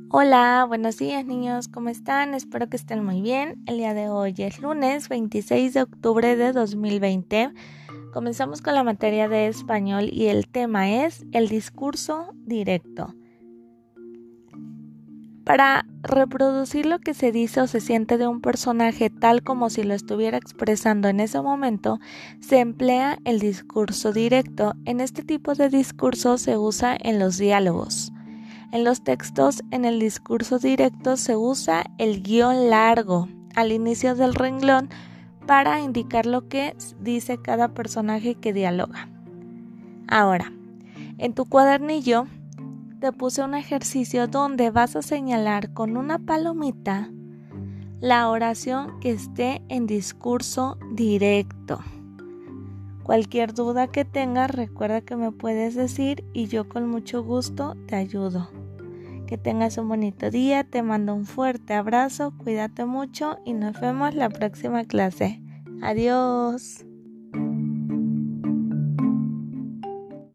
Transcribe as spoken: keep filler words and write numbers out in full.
Hola, buenos días niños, ¿cómo están? Espero que estén muy bien. El día de hoy es lunes veintiséis de octubre de dos mil veinte. Comenzamos con la materia de español y el tema es el discurso directo. Para reproducir lo que se dice o se siente de un personaje tal como si lo estuviera expresando en ese momento, se emplea el discurso directo. En este tipo de discurso se usa en los diálogos. En los textos, en el discurso directo, se usa el guión largo al inicio del renglón para indicar lo que dice cada personaje que dialoga. Ahora, en tu cuadernillo te puse un ejercicio donde vas a señalar con una palomita la oración que esté en discurso directo. Cualquier duda que tengas, recuerda que me puedes decir y yo con mucho gusto te ayudo. Que tengas un bonito día, te mando un fuerte abrazo, cuídate mucho y nos vemos la próxima clase. Adiós.